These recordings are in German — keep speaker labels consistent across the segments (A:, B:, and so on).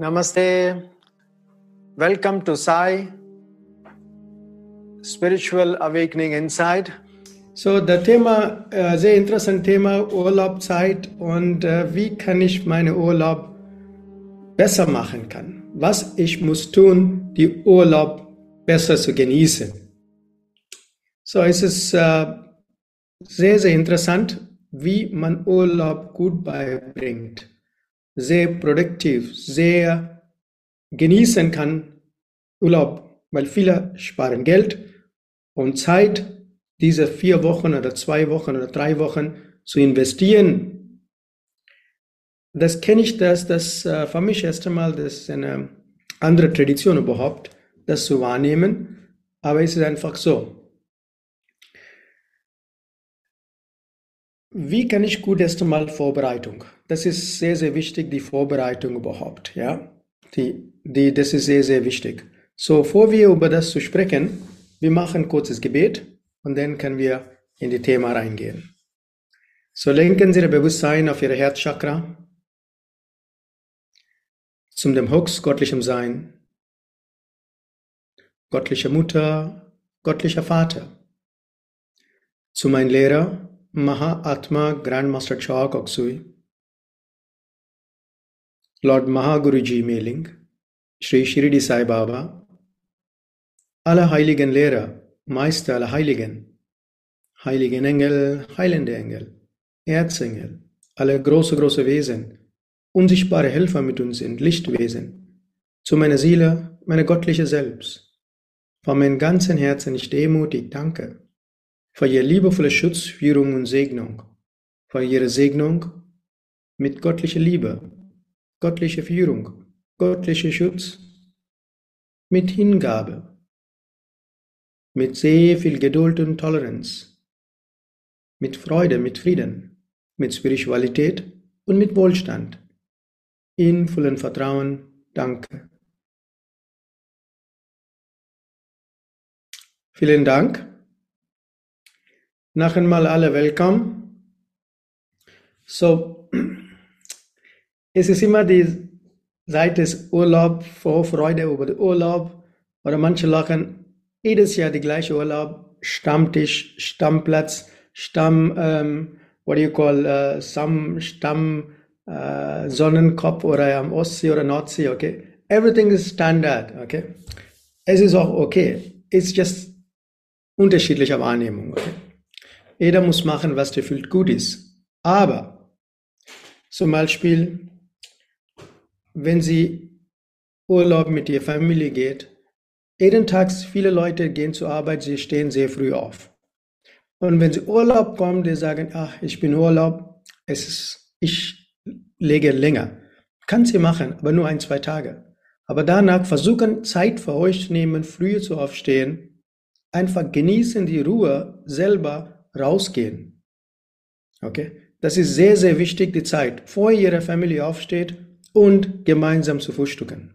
A: Namaste. Welcome to Sai, Spiritual Awakening Inside.
B: So, das Thema, sehr interessantes Thema, Urlaubzeit und wie kann ich meinen Urlaub besser machen kann. Was ich muss tun, die Urlaub besser zu genießen. So, es ist sehr, sehr interessant, wie man Urlaub gut beibringt. Sehr produktiv, sehr genießen kann Urlaub, weil viele sparen Geld und Zeit, diese 4 Wochen oder 2 Wochen oder 3 Wochen zu investieren. Das kenne ich, das für mich erst einmal, das ist eine andere Tradition überhaupt, das zu wahrnehmen, aber es ist einfach so. Wie kann ich gut erst einmal Vorbereitung? Das ist sehr, sehr wichtig, die Vorbereitung überhaupt, ja. Das ist sehr, sehr wichtig. So, bevor wir über das zu sprechen, wir machen ein kurzes Gebet und dann können wir in die Thema reingehen. So, lenken Sie Ihr Bewusstsein auf Ihr Herzchakra, zum dem höchst göttlichen Sein, göttliche Mutter, göttlicher Vater, zu meinem Lehrer, Mahatma Grandmaster Choa Kok Sui, Lord Mahaguruji Meling, Sri Shirdi Sai Baba, alle heiligen Lehrer, Meister aller Heiligen, heiligen Engel, heilende Engel, Erzengel, alle große Wesen, unsichtbare Helfer mit uns sind, Lichtwesen, zu meiner Seele, meine göttliche Selbst. Von meinem ganzen Herzen ich demutig danke für Ihre liebevolle Schutz, Führung und Segnung, für Ihre Segnung mit göttlicher Liebe, göttliche Führung, göttlicher Schutz, mit Hingabe, mit sehr viel Geduld und Toleranz, mit Freude, mit Frieden, mit Spiritualität und mit Wohlstand. In vollem Vertrauen, danke. Vielen Dank. Noch einmal alle willkommen. So, es ist immer die Zeit des Urlaubs, Vorfreude über den Urlaub, oder manche lachen jedes Jahr die gleiche Urlaub, Stammtisch, Stammplatz, Stamm, Sonnenkopf oder am Ostsee oder Nordsee, okay? Everything is standard, okay? Es ist auch okay. It's just unterschiedliche Wahrnehmung, okay? Jeder muss machen, was dir fühlt gut ist. Aber zum Beispiel, wenn Sie Urlaub mit Ihrer Familie geht, jeden Tag viele Leute gehen zur Arbeit, sie stehen sehr früh auf. Und wenn Sie Urlaub kommen, die sagen, ach, ich bin Urlaub, ich lege länger. Kann Sie machen, aber nur 1, 2 Tage. Aber danach versuchen, Zeit für euch zu nehmen, früher zu aufstehen, einfach genießen die Ruhe, selber rausgehen. Okay? Das ist sehr, sehr wichtig, die Zeit, vor Ihrer Familie aufsteht und gemeinsam zu frühstücken.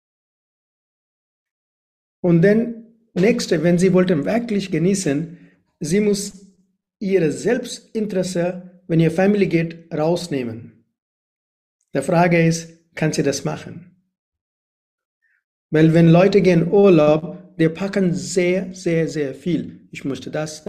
B: Und dann, nächste, wenn Sie wollten wirklich genießen, Sie muss Ihre Selbstinteresse, wenn Ihre Familie geht, rausnehmen. Die Frage ist, kann sie das machen? Weil wenn Leute gehen Urlaub, die packen sehr, sehr, sehr viel. Ich möchte das.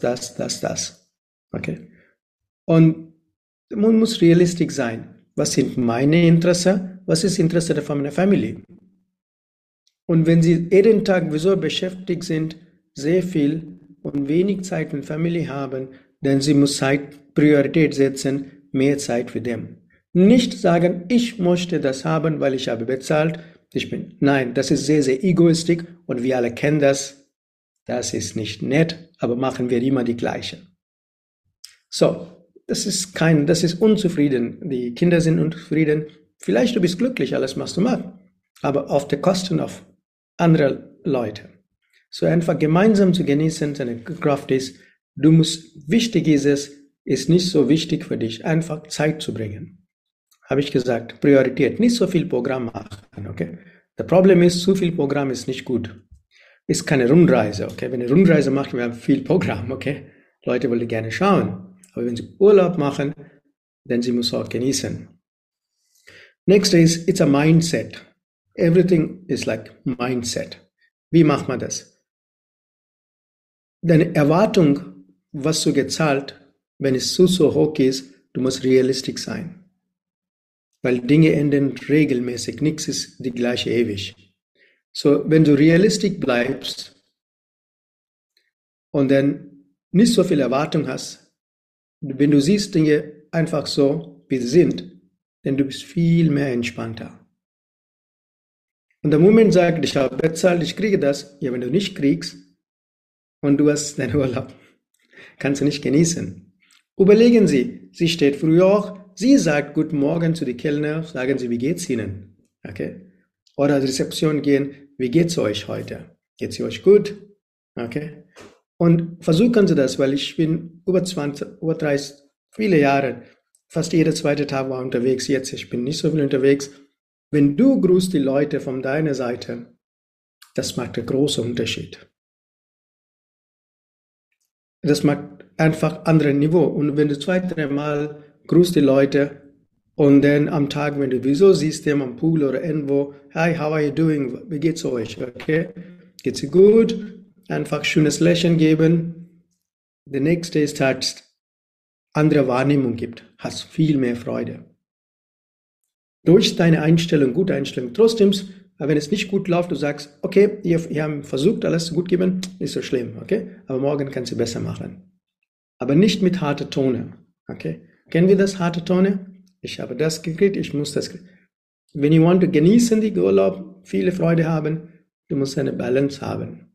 B: Okay? Und man muss realistisch sein. Was sind meine Interessen? Was ist das Interesse von meiner Familie? Und wenn Sie jeden Tag so beschäftigt sind, sehr viel und wenig Zeit mit Familie haben, dann Sie muss Zeit Priorität setzen, mehr Zeit für dem. Nicht sagen, ich möchte das haben, weil ich habe bezahlt. Nein, das ist sehr, sehr egoistisch und wir alle kennen das. Das ist nicht nett, aber machen wir immer die gleiche. So, das ist unzufrieden. Die Kinder sind unzufrieden. Vielleicht du bist glücklich, alles machst du mal, aber auf der Kosten auf andere Leute. So einfach gemeinsam zu genießen, seine Kraft ist, wichtig ist es, ist nicht so wichtig für dich, einfach Zeit zu bringen. Habe ich gesagt, Priorität, nicht so viel Programm machen, okay? Das Problem ist, zu viel Programm ist nicht gut. Ist keine Rundreise, okay? Wenn eine Rundreise macht, wir haben viel Programm, okay? Leute wollen gerne schauen. Aber wenn sie Urlaub machen, dann sie muss auch genießen. Next is, it's a mindset. Everything is like mindset. Wie macht man das? Deine Erwartung, was du gezahlt, wenn es so hoch ist, du musst realistisch sein. Weil Dinge ändern regelmäßig, nichts ist die gleiche ewig. So, wenn du realistisch bleibst und dann nicht so viel Erwartung hast, wenn du siehst Dinge einfach so, wie sie sind, dann du bist viel mehr entspannter. Und der Moment sagt, ich habe bezahlt, ich kriege das. Ja, wenn du nicht kriegst und du hast deinen Urlaub, kannst du nicht genießen. Überlegen Sie, sie steht früh auf, sie sagt Guten Morgen zu den Kellner, sagen Sie, wie geht's Ihnen? Okay? Oder an die Rezeption gehen, wie geht's euch heute? Geht's euch gut? Okay? Und versuchen Sie das, weil ich bin über 20, über 30, viele Jahre, fast jeder zweite Tag war unterwegs, jetzt ich bin nicht so viel unterwegs. Wenn du grüßt die Leute von deiner Seite, das macht einen großen Unterschied. Das macht einfach anderes Niveau. Und wenn du 2-3 Mal grüßt die Leute und dann am Tag, wenn du wieso siehst, dem am Pool oder irgendwo, hi, how are you doing? Wie geht's euch? Okay? Geht's dir gut? Einfach schönes Lächeln geben. Der nächste ist halt andere Wahrnehmung gibt, hast viel mehr Freude. Durch deine Einstellung, gute Einstellung, trotzdem, wenn es nicht gut läuft, du sagst, okay, ihr habt versucht, alles gut zu geben, nicht so schlimm, okay? Aber morgen kannst du besser machen. Aber nicht mit harter Tone, okay? Kennen wir das, harte Tone? Ich habe das gekriegt, ich muss das kriegen. Wenn you want to genießen die Urlaub, viele Freude haben, du musst eine Balance haben.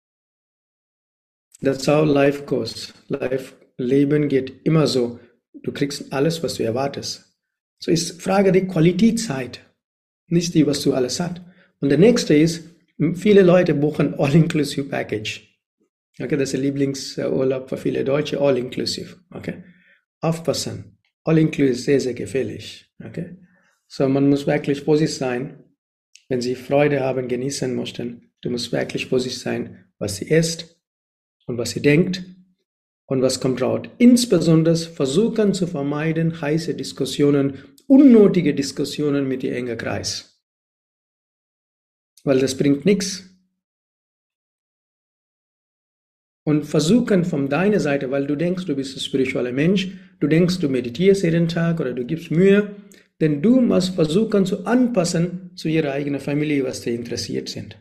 B: That's how life goes. Leben geht immer so. Du kriegst alles, was du erwartest. So ist Frage der Qualitätszeit, nicht die, was du alles hast. Und der nächste ist, viele Leute buchen All-Inclusive Package. Okay, das ist der Lieblingsurlaub für viele Deutsche, All-Inclusive. Okay, aufpassen. All-Inclusive ist sehr, sehr gefährlich. Okay, so man muss wirklich vorsichtig sein, wenn sie Freude haben, genießen möchten. Du musst wirklich vorsichtig sein, was sie isst und was sie denkt. Und was kommt raus? Insbesondere versuchen zu vermeiden heiße Diskussionen, unnötige Diskussionen mit dem engen Kreis. Weil das bringt nichts. Und versuchen von deiner Seite, weil du denkst, du bist ein spiritueller Mensch, du denkst, du meditierst jeden Tag oder du gibst Mühe, denn du musst versuchen zu anpassen zu ihrer eigenen Familie, was sie interessiert sind.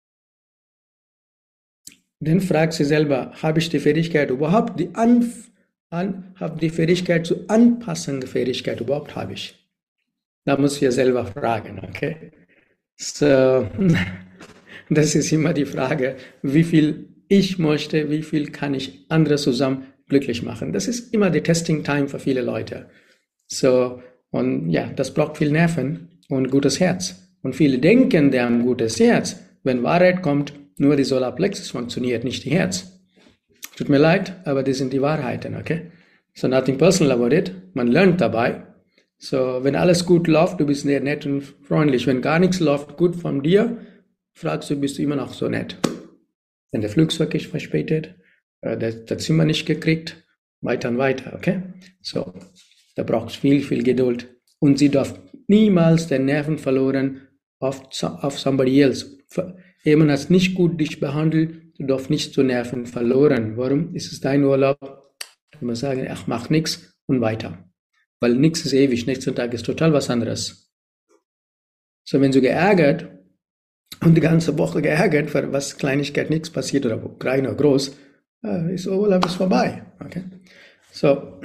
B: Dann frag sie selber, habe ich die Fähigkeit überhaupt, die Fähigkeit zu anpassen, Fähigkeit überhaupt habe ich? Da muss ich selber fragen, okay? So, das ist immer die Frage, wie viel ich möchte, wie viel kann ich andere zusammen glücklich machen? Das ist immer die Testing Time für viele Leute. So, und ja, das braucht viel Nerven und gutes Herz. Und viele denken, die haben ein gutes Herz. Wenn Wahrheit kommt, nur die Solarplexus funktioniert, nicht die Herz. Tut mir leid, aber das sind die Wahrheiten, okay? So nothing personal about it. Man lernt dabei. So, wenn alles gut läuft, du bist sehr nett und freundlich. Wenn gar nichts läuft gut von dir, fragst du, bist du immer noch so nett? Wenn der Flugzeug ist verspätet, das Zimmer nicht gekriegt, weiter und weiter, okay? So, da braucht es viel, viel Geduld. Und sie darf niemals den Nerven verloren auf somebody else. Jemand hat nicht gut dich behandelt, du darfst nicht so Nerven verloren. Warum? Ist es dein Urlaub? Du musst sagen, ach, mach nichts und weiter. Weil nichts ist ewig, nächsten Tag ist total was anderes. So, wenn du geärgert und die ganze Woche geärgert, für was Kleinigkeit nichts passiert oder klein oder groß, ist Urlaub ist vorbei. Okay? So.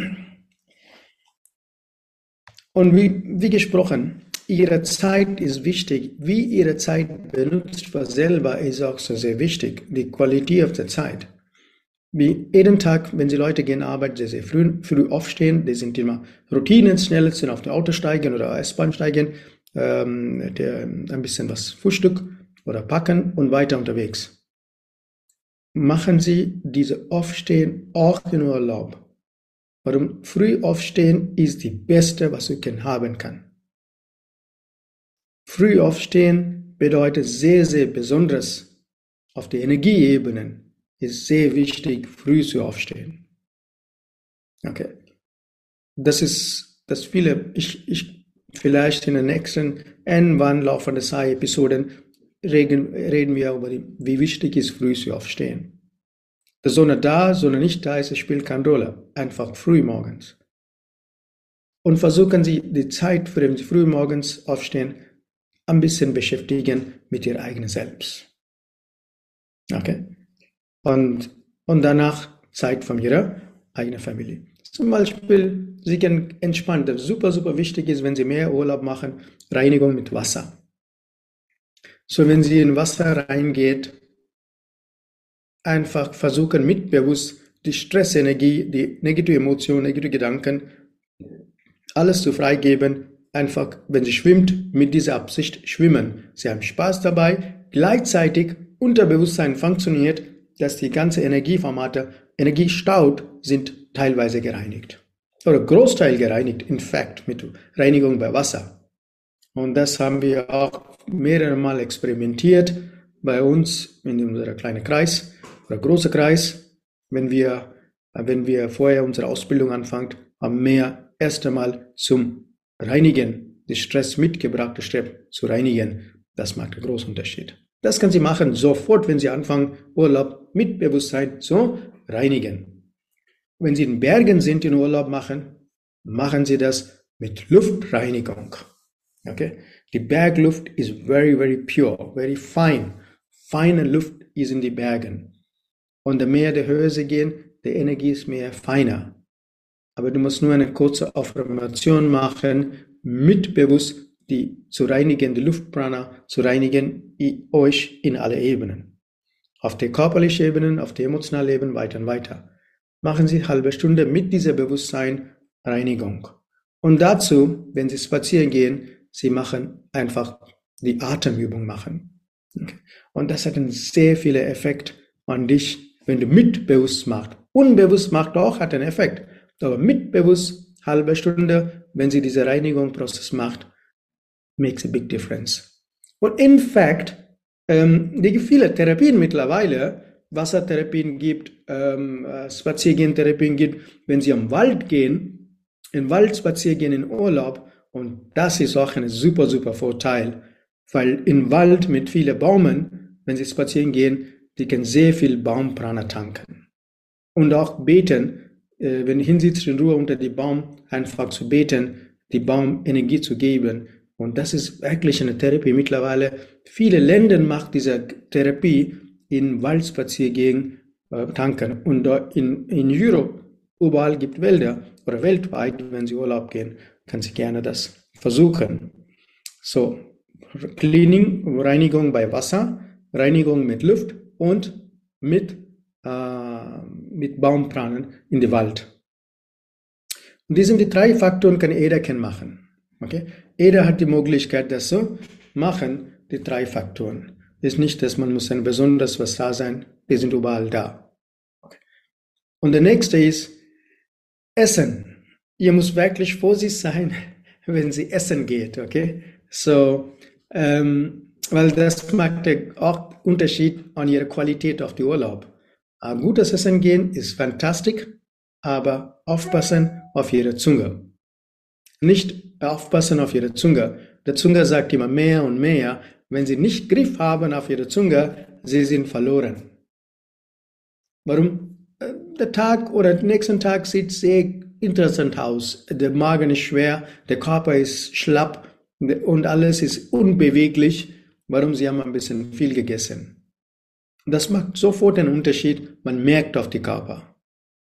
B: Und wie gesprochen, Ihre Zeit ist wichtig. Wie Ihre Zeit benutzt für selber ist auch so sehr wichtig. Die Qualität der Zeit. Wie jeden Tag, wenn Sie Leute gehen arbeiten, sehr, sehr früh aufstehen, die sind immer Routinen, schnell sind auf der Auto steigen oder S-Bahn steigen, ein bisschen was Frühstück oder packen und weiter unterwegs. Machen Sie diese Aufstehen auch in Urlaub. Warum? Früh aufstehen ist die beste, was du haben kann. Früh aufstehen bedeutet sehr, sehr besonders auf der Energieebene. Ist sehr wichtig, früh zu aufstehen. Okay. Das ist, dass viele, ich vielleicht in den nächsten irgendwann laufenden Sai-Episoden reden wir über wie wichtig ist früh zu aufstehen. Die Sonne da, Sonne nicht da ist, es spielt keine Rolle. Einfach früh morgens. Und versuchen Sie die Zeit, für den Sie früh morgens aufstehen, ein bisschen beschäftigen mit Ihr eigenen Selbst. Okay? Und danach Zeit von Ihrer eigenen Familie. Zum Beispiel, Sie können entspannen. Das super wichtig ist, wenn Sie mehr Urlaub machen, Reinigung mit Wasser. So, wenn Sie in Wasser reingeht, einfach versuchen mitbewusst die Stressenergie, die negative Emotionen, negative Gedanken, alles zu freigeben. Einfach, wenn Sie schwimmt, mit dieser Absicht schwimmen. Sie haben Spaß dabei. Gleichzeitig Unterbewusstsein funktioniert, dass die ganze Energieformate, Energiestaud sind teilweise gereinigt. Oder Großteil gereinigt, in fact, mit Reinigung bei Wasser. Und das haben wir auch mehrere Mal experimentiert bei uns in unserem kleinen Kreis oder großen Kreis. Wenn wir vorher unsere Ausbildung anfangen, haben wir erst einmal zum Reinigen, den Stress mitgebrachte Stress zu reinigen. Das macht einen großen Unterschied. Das können Sie machen sofort, wenn Sie anfangen, Urlaub mit Bewusstsein zu reinigen. Wenn Sie in Bergen sind, in Urlaub machen Sie das mit Luftreinigung. Okay? Die Bergluft ist very pure, very fine. Feine Luft ist in die Bergen. Und je mehr die Höhe Sie gehen, die Energie ist mehr feiner. Aber du musst nur eine kurze Affirmation machen, mit bewusst die zu reinigende Luftprana zu reinigen, euch in alle Ebenen. Auf der körperlichen Ebene, auf der emotionalen Ebene, weiter und weiter. Machen Sie eine halbe Stunde mit dieser Bewusstsein Reinigung. Und dazu, wenn Sie spazieren gehen, Sie machen einfach die Atemübung machen. Okay. Und das hat einen sehr vielen Effekt an dich, wenn du mitbewusst machst. Unbewusst macht auch, hat einen Effekt. Aber mitbewusst, halbe Stunde, wenn Sie diese Reinigungsprozess macht, makes a big difference. Und in fact, gibt viele Therapien mittlerweile, Wassertherapien gibt, Spaziergehen-Therapien gibt, wenn Sie am Wald gehen, im Wald spazieren gehen in Urlaub, und das ist auch ein super Vorteil, weil im Wald mit vielen Bäumen, wenn Sie spazieren gehen, die können sehr viel Baumprana tanken. Und auch beten, wenn du hinsitzt in Ruhe unter dem Baum, einfach zu beten, die Baum Energie zu geben. Und das ist wirklich eine Therapie mittlerweile. Viele Länder machen diese Therapie in Waldspaziergehen tanken. Und in Europe, überall gibt Wälder, oder weltweit, wenn Sie Urlaub gehen, können Sie gerne das versuchen. So, Cleaning, Reinigung bei Wasser, Reinigung mit Luft und mit Baumpranen in den Wald. Und die sind die 3 Faktoren, kann jeder machen. Okay? Jeder hat die Möglichkeit, das zu machen, die 3 Faktoren. Ist nicht, dass man muss ein besonders was da sein, die sind überall da. Okay. Und der nächste ist Essen. Ihr müsst wirklich vorsichtig sein, wenn Sie essen geht, okay? So, weil das macht auch Unterschied an Ihrer Qualität auf die Urlaub. Ein gutes Essen gehen ist fantastisch, aber aufpassen auf Ihre Zunge. Nicht aufpassen auf Ihre Zunge. Die Zunge sagt immer mehr und mehr. Wenn Sie nicht Griff haben auf Ihre Zunge, Sie sind verloren. Warum? Der Tag oder den nächsten Tag sieht sehr interessant aus. Der Magen ist schwer, der Körper ist schlapp und alles ist unbeweglich. Warum? Sie haben ein bisschen viel gegessen. Das macht sofort einen Unterschied. Man merkt auf die Körper.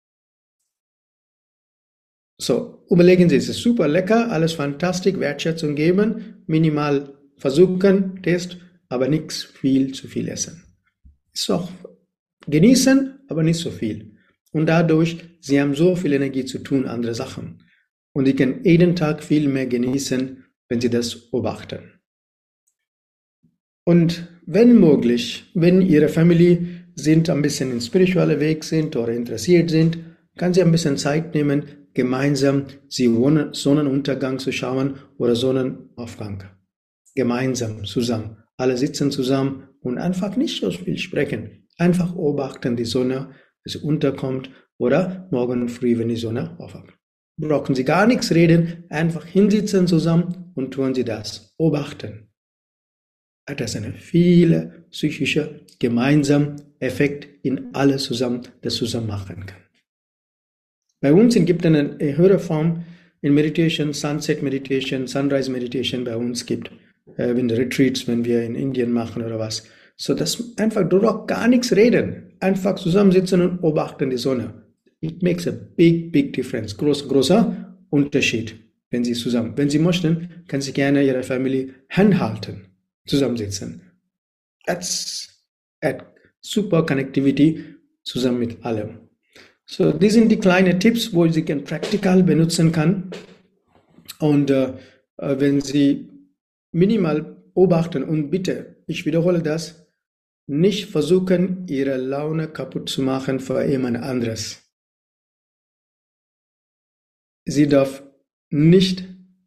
B: So, überlegen Sie, es ist super lecker, alles fantastisch, Wertschätzung geben, minimal versuchen, Test, aber nichts zu viel essen. Ist auch genießen, aber nicht so viel. Und dadurch, Sie haben so viel Energie zu tun, andere Sachen. Und Sie können jeden Tag viel mehr genießen, wenn Sie das beobachten. Und wenn möglich, wenn Ihre Familie ein bisschen im spirituellen Weg sind oder interessiert sind, kann Sie ein bisschen Zeit nehmen, gemeinsam Sonnenuntergang zu schauen oder Sonnenaufgang. Gemeinsam, zusammen. Alle sitzen zusammen und einfach nicht so viel sprechen. Einfach beobachten die Sonne, wenn sie unterkommt oder morgen früh, wenn die Sonne aufwacht. Brauchen Sie gar nichts reden, einfach hinsitzen zusammen und tun Sie das. Beobachten. Das ist ein viel psychischer gemeinsamer Effekt in alles zusammen, das zusammen machen kann. Bei uns gibt es eine höhere Form in Meditation, Sunset Meditation, Sunrise Meditation bei uns gibt, in Retreats, wenn wir in Indien machen oder was. So, dass einfach du doch gar nichts reden, einfach zusammensitzen und beobachten die Sonne. It makes a big difference. Großer Unterschied, wenn Sie zusammen. Wenn Sie möchten, können Sie gerne Ihre Familie Hand halten, zusammensitzen. That's super Connectivity zusammen mit allem. So, das sind die kleinen Tipps, wo Sie praktikal benutzen kann. Und wenn Sie minimal beobachten und bitte, ich wiederhole das, nicht versuchen, Ihre Laune kaputt zu machen für jemand anderes. Sie darf nicht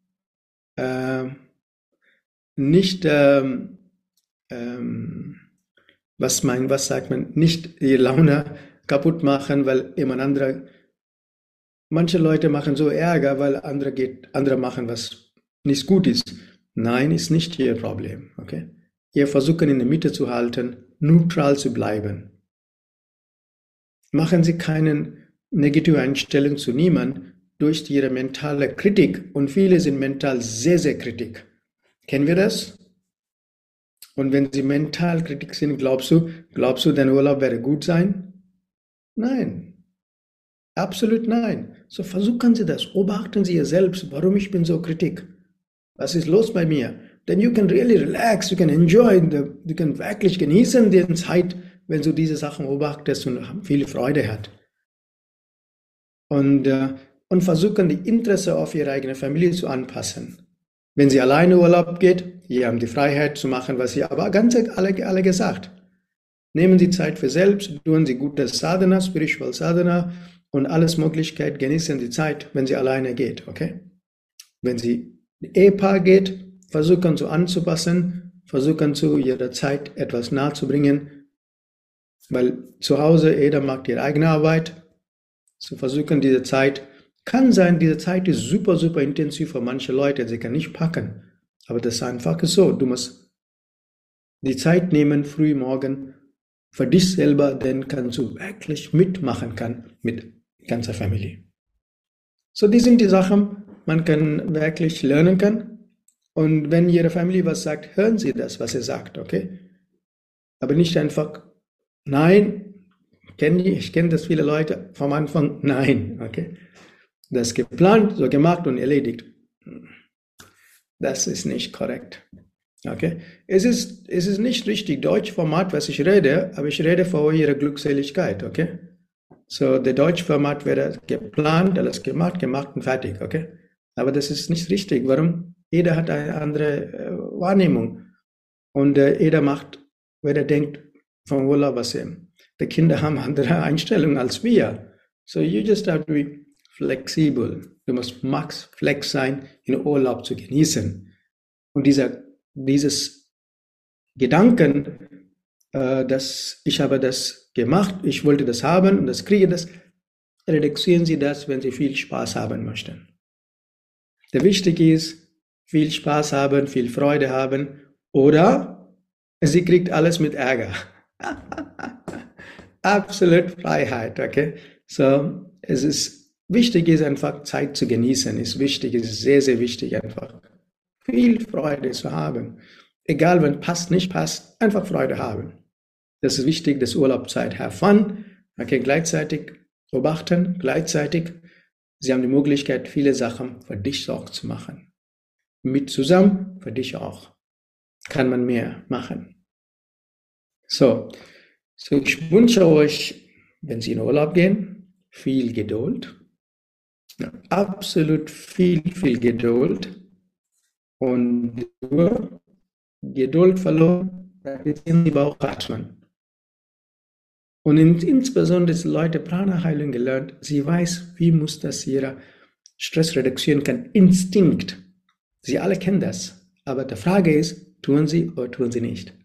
B: was sagt man, nicht die Laune kaputt machen, weil jemand anderer, manche Leute machen so Ärger, weil andere machen, was nicht gut ist. Nein, ist nicht Ihr Problem, okay? Ihr versuchen in der Mitte zu halten, neutral zu bleiben. Machen Sie keine negative Einstellung zu niemandem durch Ihre mentale Kritik. Und viele sind mental sehr kritisch. Kennen wir das? Und wenn Sie mental kritisch sind, glaubst du, dein Urlaub werde gut sein? Nein. Absolut nein. So versuchen Sie das. Beobachten Sie ihr selbst, warum ich bin so kritisch. Was ist los bei mir? Then you can really relax, you can enjoy, du kannst wirklich genießen die Zeit, wenn du diese Sachen beobachtest und viel Freude hast. Und versuchen, die Interesse auf Ihre eigene Familie zu anpassen. Wenn Sie alleine Urlaub geht, Sie haben die Freiheit zu machen, was Sie aber ganz alle gesagt. Nehmen Sie Zeit für selbst, tun Sie gutes Sadhana, Spiritual Sadhana und alles Möglichkeit, genießen die Zeit, wenn Sie alleine geht, okay? Wenn Sie Ehepaar geht, versuchen zu anzupassen, versuchen zu Ihrer Zeit etwas nahe zu bringen, weil zu Hause jeder macht ihre eigene Arbeit, zu versuchen diese Zeit, kann sein, diese Zeit ist super intensiv für manche Leute, sie können nicht packen, aber das ist einfach so, du musst die Zeit nehmen, früh morgen, für dich selber, dann kannst du wirklich mitmachen kann mit ganzer Familie. So, die sind die Sachen, man kann wirklich lernen kann. Und wenn Ihre Familie was sagt, hören Sie das, was er sagt, okay? Aber nicht einfach, nein, ich kenne das viele Leute vom Anfang, nein, okay? Das ist geplant, so gemacht und erledigt. Das ist nicht korrekt, okay? Es ist nicht richtig Deutschformat, was ich rede, aber ich rede für Ihre Glückseligkeit, okay? So, der Deutschformat wäre geplant, alles gemacht und fertig, okay? Aber das ist nicht richtig. Warum? Jeder hat eine andere Wahrnehmung. Und jeder macht, wer denkt vom Urlaub was eben. Die Kinder haben andere Einstellungen als wir. So you just have to be flexibel. Du musst max flex sein, in Urlaub zu genießen. Und dieses Gedanken, dass ich habe das gemacht, ich wollte das haben und das kriege das, reduzieren Sie das, wenn Sie viel Spaß haben möchten. Der wichtig ist, viel Spaß haben, viel Freude haben oder sie kriegt alles mit Ärger. Absolut Freiheit, okay? So, wichtig ist einfach Zeit zu genießen, ist sehr wichtig einfach. Viel Freude zu haben. Egal, wenn passt, nicht passt, einfach Freude haben. Das ist wichtig, das Urlaubszeit, have fun, okay, gleichzeitig beobachten, gleichzeitig, Sie haben die Möglichkeit, viele Sachen für dich auch zu machen. Mit zusammen, für dich auch. Kann man mehr machen. So ich wünsche euch, wenn Sie in Urlaub gehen, viel Geduld. Ja, absolut viel Geduld. Und nur Geduld verloren, praktizieren Sie Bauchatmen. Und insbesondere die Leute Prana-Heilung gelernt, sie weiß, wie muss das ihre Stress reduzieren kann. Instinkt. Sie alle kennen das. Aber die Frage ist, tun sie oder tun sie nicht?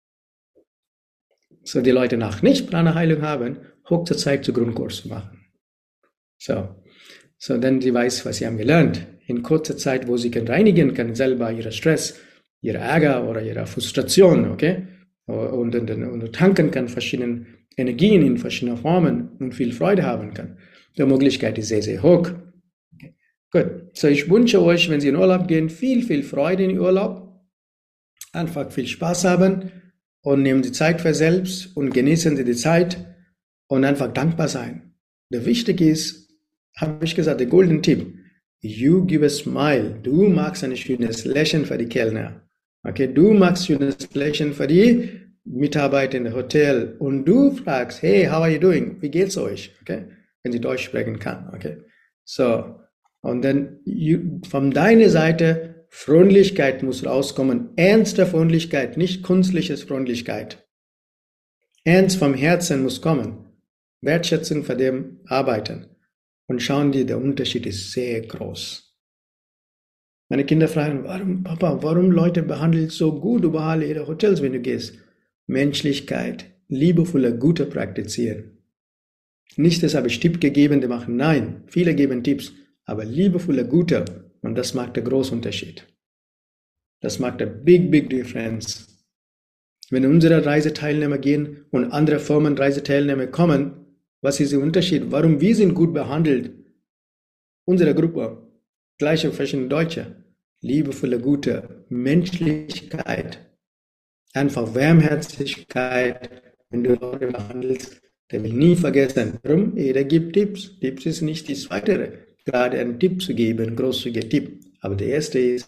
B: So die Leute nach nicht Prana-Heilung haben, höchste Zeit zu Grundkurs zu machen. So So, dann sie weiß, was sie haben gelernt. In kurzer Zeit, wo sie reinigen kann, selber ihre Stress, ihre Ärger oder ihre Frustration, okay? Und tanken kann verschiedene Energien in verschiedenen Formen und viel Freude haben kann. Die Möglichkeit ist sehr, sehr hoch. Okay. Gut, so ich wünsche euch, wenn Sie in Urlaub gehen, viel, viel Freude in Urlaub. Einfach viel Spaß haben und nehmen Sie Zeit für selbst und genießen Sie die Zeit und einfach dankbar sein. Der Wichtige ist, habe ich gesagt, der golden Tipp. You give a smile. Du machst ein schönes Lächeln für die Kellner. Okay, du machst ein schönes Lächeln für die Mitarbeiter in der Hotel und du fragst, hey, how are you doing? Wie geht's euch? Okay, wenn sie Deutsch sprechen kann. Okay, so und dann von deiner Seite Freundlichkeit muss rauskommen. Ernste Freundlichkeit, nicht künstliches Freundlichkeit. Ernst vom Herzen muss kommen. Wertschätzung für dem Arbeiten. Und schauen die, der Unterschied ist sehr groß. Meine Kinder fragen, warum Leute behandeln so gut überall ihre Hotels, wenn du gehst? Menschlichkeit, liebevolle, gute praktizieren. Nicht, das habe ich Tipp gegeben, die machen, nein, viele geben Tipps, aber liebevolle, gute, und das macht der großen Unterschied. Das macht der big difference. Wenn unsere Reiseteilnehmer gehen und andere Firmen Reiseteilnehmer kommen, was ist der Unterschied? Warum wir sind gut behandelt? Unsere Gruppe, gleiche verschiedene Deutsche, liebevolle, gute Menschlichkeit, einfach Warmherzigkeit, wenn du Leute behandelst, der will nie vergessen. Warum? Jeder gibt Tipps. Tipps ist nicht das Weitere. Gerade einen Tipp zu geben, ein großzügiger Tipp. Aber der erste ist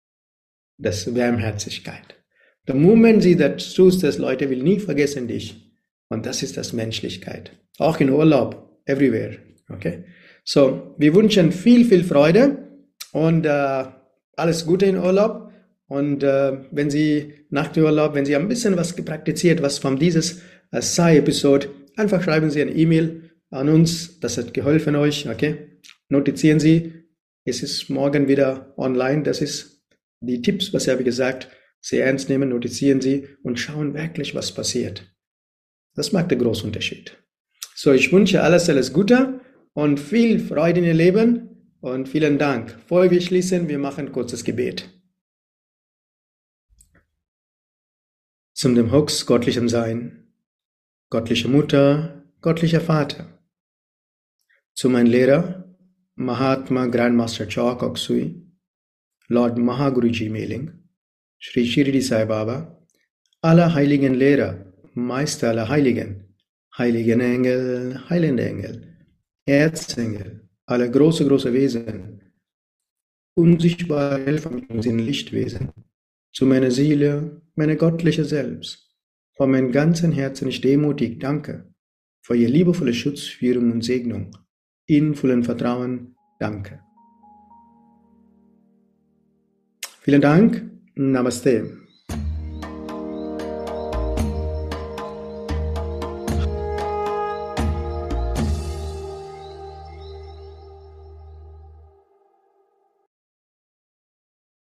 B: das Warmherzigkeit. Der Moment sie das tust, das Leute will nie vergessen dich. Und das ist das Menschlichkeit. Auch in Urlaub, everywhere. Okay? So, wir wünschen viel, viel Freude und alles Gute in Urlaub. Und wenn Sie nach dem Urlaub, wenn Sie ein bisschen was praktiziert, was von dieses Sai-Episode, einfach schreiben Sie eine E-Mail an uns. Das hat geholfen euch. Okay? Notizieren Sie. Es ist morgen wieder online. Das ist die Tipps, was ich habe gesagt. Sehr ernst nehmen, notizieren Sie und schauen wirklich, was passiert. Das macht den großen Unterschied. So, ich wünsche alles Gute und viel Freude in Ihr Leben und vielen Dank. Bevor wir schließen, wir machen ein kurzes Gebet. Zum dem höchst göttlichen Sein, göttliche Mutter, göttlicher Vater. Zu meinem Lehrer, Mahatma Grandmaster Choa Kok Sui, Lord Mahaguruji Meling, Sri Shirdi Sai Baba, alle heiligen Lehrer, Meister aller Heiligen, heiligen Engel, heilende Engel, Erzengel, alle große Wesen, unsichtbare Helfer mit uns in Lichtwesen, zu meiner Seele, meine göttliche Selbst, von meinem ganzen Herzen ich demutig danke, für Ihr liebevolle Schutz, Führung und Segnung, in vollem Vertrauen danke. Vielen Dank, Namaste.